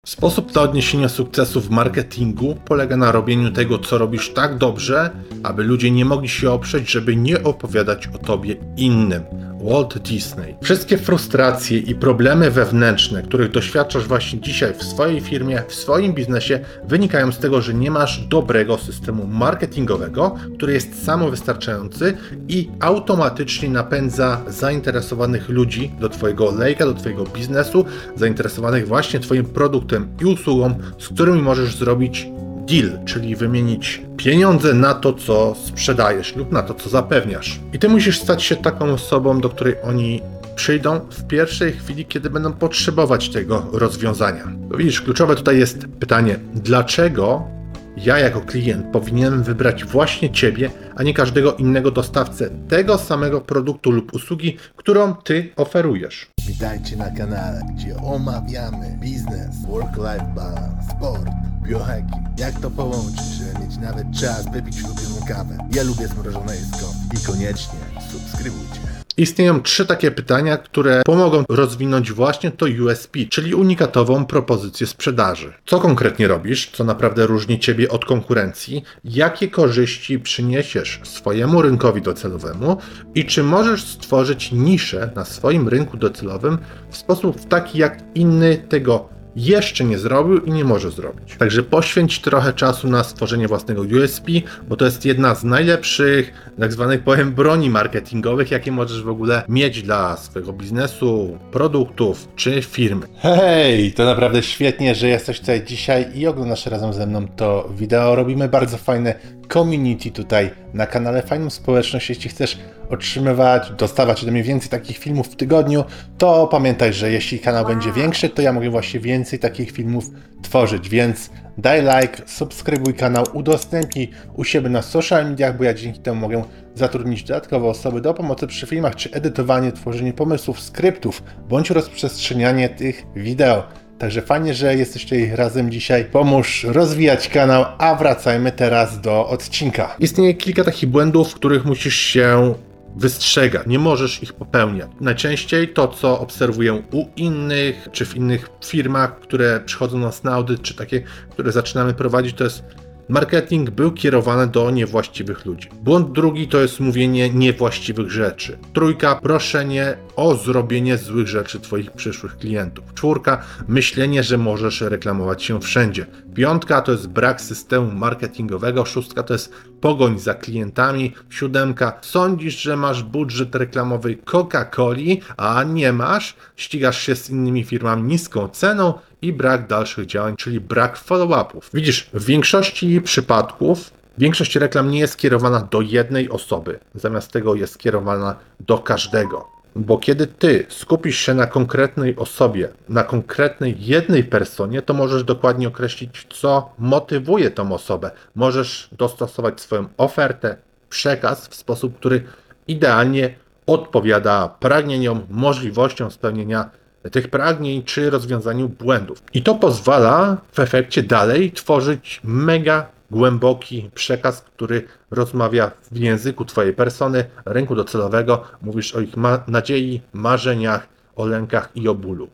Sposób na odniesienie sukcesu w marketingu polega na robieniu tego, co robisz tak dobrze, aby ludzie nie mogli się oprzeć, żeby nie opowiadać o tobie innym. Walt Disney. Wszystkie frustracje i problemy wewnętrzne, których doświadczasz właśnie dzisiaj w swojej firmie, w swoim biznesie, wynikają z tego, że nie masz dobrego systemu marketingowego, który jest samowystarczający i automatycznie napędza zainteresowanych ludzi do twojego lejka, do twojego biznesu, zainteresowanych właśnie twoim produktem i usługą, z którymi możesz zrobić deal, czyli wymienić pieniądze na to, co sprzedajesz lub na to, co zapewniasz. I ty musisz stać się taką osobą, do której oni przyjdą w pierwszej chwili, kiedy będą potrzebować tego rozwiązania. Bo widzisz, kluczowe tutaj jest pytanie, dlaczego ja jako klient powinienem wybrać właśnie ciebie, a nie każdego innego dostawcę tego samego produktu lub usługi, którą ty oferujesz. Witajcie na kanale, gdzie omawiamy biznes, work-life balance, sport, biohacking. Jak to połączyć, żeby mieć nawet czas wypić ulubioną kawę. Ja lubię zmrożone jedzko i koniecznie subskrybujcie. Istnieją 3 takie pytania, które pomogą rozwinąć właśnie to USP, czyli unikatową propozycję sprzedaży. Co konkretnie robisz, co naprawdę różni ciebie od konkurencji, jakie korzyści przyniesiesz swojemu rynkowi docelowemu i czy możesz stworzyć niszę na swoim rynku docelowym w sposób taki, jak inny tego jeszcze nie zrobił i nie może zrobić. Także poświęć trochę czasu na stworzenie własnego USP, bo to jest jedna z najlepszych, tak zwanych broni marketingowych, jakie możesz w ogóle mieć dla swojego biznesu, produktów czy firmy. Hej, to naprawdę świetnie, że jesteś tutaj dzisiaj i oglądasz razem ze mną to wideo. Robimy bardzo fajne community tutaj na kanale, fajną społeczność. Jeśli chcesz dostawać ode mnie więcej takich filmów w tygodniu, to pamiętaj, że jeśli kanał będzie większy, to ja mogę właśnie więcej takich filmów tworzyć, więc daj like, subskrybuj kanał, udostępnij u siebie na social mediach, bo ja dzięki temu mogę zatrudnić dodatkowe osoby do pomocy przy filmach, czy edytowanie, tworzenie pomysłów, skryptów, bądź rozprzestrzenianie tych wideo. Także fajnie, że jesteś tutaj razem dzisiaj. Pomóż rozwijać kanał, a wracajmy teraz do odcinka. Istnieje kilka takich błędów, których musisz się wystrzegać. Nie możesz ich popełniać. Najczęściej to, co obserwuję u innych, czy w innych firmach, które przychodzą do nas na audyt, czy takie, które zaczynamy prowadzić, to jest marketing był kierowany do niewłaściwych ludzi. Błąd drugi to jest mówienie niewłaściwych rzeczy. 3, proszenie o zrobienie złych rzeczy twoich przyszłych klientów. 4, myślenie, że możesz reklamować się wszędzie. 5, to jest brak systemu marketingowego. 6, to jest pogoń za klientami. 7, sądzisz, że masz budżet reklamowy Coca-Coli, a nie masz. Ścigasz się z innymi firmami niską ceną i brak dalszych działań, czyli brak follow-upów. Widzisz, w większości przypadków większość reklam nie jest kierowana do jednej osoby, zamiast tego jest kierowana do każdego. Bo kiedy ty skupisz się na konkretnej osobie, na konkretnej jednej personie, to możesz dokładnie określić, co motywuje tą osobę. Możesz dostosować swoją ofertę, przekaz w sposób, który idealnie odpowiada pragnieniom, możliwościom spełnienia tych pragnień czy rozwiązaniu błędów. I to pozwala w efekcie dalej tworzyć mega głęboki przekaz, który rozmawia w języku twojej persony, rynku docelowego. Mówisz o ich nadziei, marzeniach, o lękach i o bólu.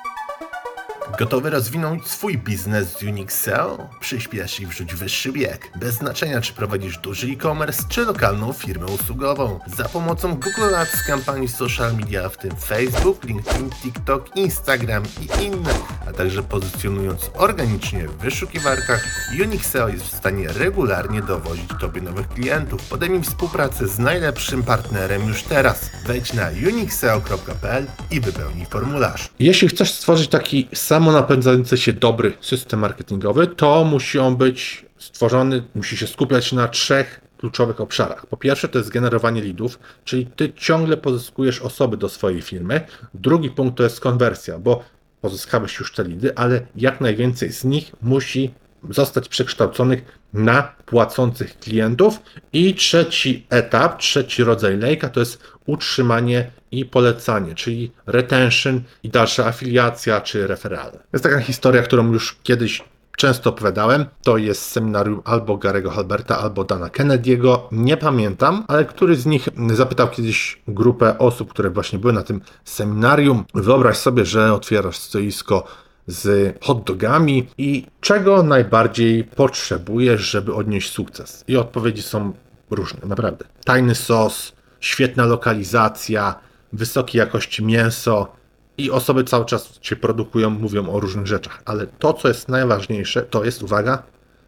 Gotowy rozwinąć swój biznes z Unique SEO? Przyspiesz i wrzuć wyższy bieg. Bez znaczenia, czy prowadzisz duży e-commerce, czy lokalną firmę usługową. Za pomocą Google Ads, kampanii social media, w tym Facebook, LinkedIn, TikTok, Instagram i inne, a także pozycjonując organicznie w wyszukiwarkach, Unique SEO jest w stanie regularnie dowozić tobie nowych klientów. Podejmij współpracę z najlepszym partnerem już teraz. Wejdź na uniqueseo.pl i wypełnij formularz. Jeśli chcesz stworzyć taki samonapędzający się dobry system marketingowy, to musi on być stworzony, musi się skupiać na 3 kluczowych obszarach. Po pierwsze, to jest generowanie leadów, czyli ty ciągle pozyskujesz osoby do swojej firmy. Drugi punkt to jest konwersja, bo pozyskałeś już te leady, ale jak najwięcej z nich musi zostać przekształconych na płacących klientów. I trzeci etap, trzeci rodzaj lejka to jest utrzymanie i polecanie, czyli retention i dalsza afiliacja czy referale. Jest taka historia, którą już kiedyś często opowiadałem. To jest seminarium albo Gary'ego Halberta, albo Dana Kennedy'ego. Nie pamiętam, ale któryś z nich zapytał kiedyś grupę osób, które właśnie były na tym seminarium. Wyobraź sobie, że otwierasz stoisko z hot dogami i czego najbardziej potrzebujesz, żeby odnieść sukces? I odpowiedzi są różne, naprawdę. Tajny sos, świetna lokalizacja, wysokiej jakości mięso i osoby cały czas cię produkują, mówią o różnych rzeczach, ale to, co jest najważniejsze, to jest, uwaga,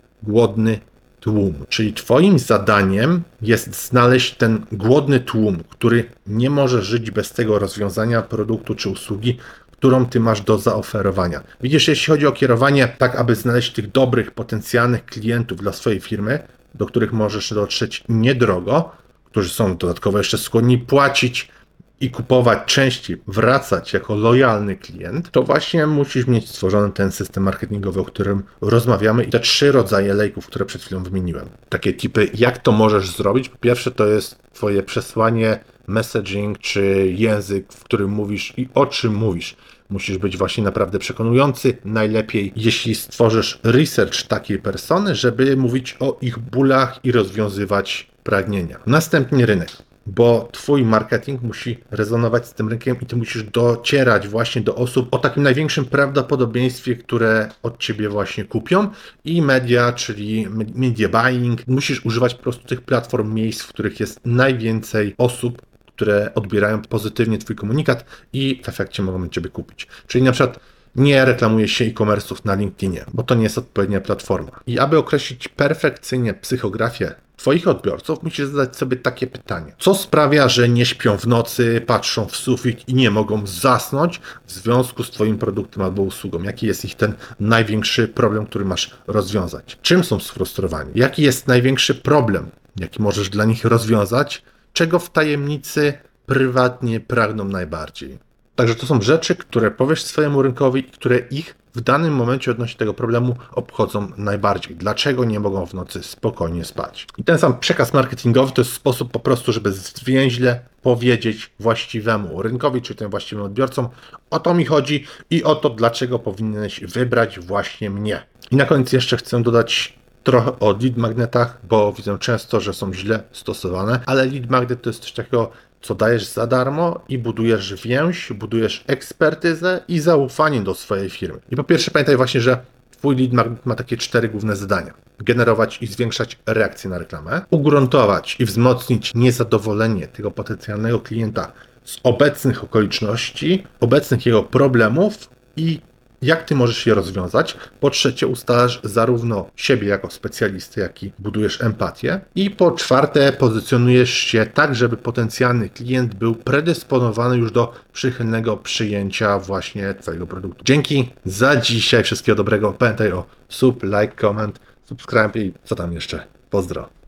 głodny tłum. Czyli twoim zadaniem jest znaleźć ten głodny tłum, który nie może żyć bez tego rozwiązania produktu czy usługi, którą ty masz do zaoferowania. Widzisz, jeśli chodzi o kierowanie, tak aby znaleźć tych dobrych, potencjalnych klientów dla swojej firmy, do których możesz dotrzeć niedrogo, którzy są dodatkowo jeszcze skłonni płacić i kupować częściej, wracać jako lojalny klient, to właśnie musisz mieć stworzony ten system marketingowy, o którym rozmawiamy i te 3 rodzaje lejków, które przed chwilą wymieniłem. Takie tipy, jak to możesz zrobić? Po pierwsze, to jest twoje przesłanie, messaging czy język, w którym mówisz i o czym mówisz. Musisz być właśnie naprawdę przekonujący. Najlepiej, jeśli stworzysz research takiej persony, żeby mówić o ich bólach i rozwiązywać pragnienia. Następnie rynek, bo twój marketing musi rezonować z tym rynkiem i ty musisz docierać właśnie do osób o takim największym prawdopodobieństwie, które od ciebie właśnie kupią i media, czyli media buying. Musisz używać po prostu tych platform, miejsc, w których jest najwięcej osób, które odbierają pozytywnie twój komunikat i w efekcie mogą ciebie kupić. Czyli na przykład nie reklamuje się e-commerce'ów na LinkedInie, bo to nie jest odpowiednia platforma. I aby określić perfekcyjnie psychografię twoich odbiorców, musisz zadać sobie takie pytanie. Co sprawia, że nie śpią w nocy, patrzą w sufit i nie mogą zasnąć w związku z twoim produktem albo usługą? Jaki jest ich ten największy problem, który masz rozwiązać? Czym są sfrustrowani? Jaki jest największy problem, jaki możesz dla nich rozwiązać? Czego w tajemnicy prywatnie pragną najbardziej? Także to są rzeczy, które powiesz swojemu rynkowi i które ich w danym momencie odnośnie tego problemu obchodzą najbardziej. Dlaczego nie mogą w nocy spokojnie spać? I ten sam przekaz marketingowy to jest sposób po prostu, żeby zwięźle powiedzieć właściwemu rynkowi, czy tym właściwym odbiorcom, o to mi chodzi i o to, dlaczego powinieneś wybrać właśnie mnie. I na koniec jeszcze chcę dodać trochę o lead magnetach, bo widzę często, że są źle stosowane, ale lead magnet to jest coś takiego, co dajesz za darmo i budujesz więź, budujesz ekspertyzę i zaufanie do swojej firmy. I po pierwsze pamiętaj właśnie, że twój lead magnet ma takie 4 główne zadania. Generować i zwiększać reakcje na reklamę, ugruntować i wzmocnić niezadowolenie tego potencjalnego klienta z obecnych okoliczności, obecnych jego problemów i jak ty możesz je rozwiązać. Po trzecie, ustalasz zarówno siebie jako specjalisty, jak i budujesz empatię. I po czwarte, pozycjonujesz się tak, żeby potencjalny klient był predysponowany już do przychylnego przyjęcia właśnie twojego produktu. Dzięki za dzisiaj, wszystkiego dobrego. Pamiętaj o sub, like, comment, subscribe i co tam jeszcze. Pozdro.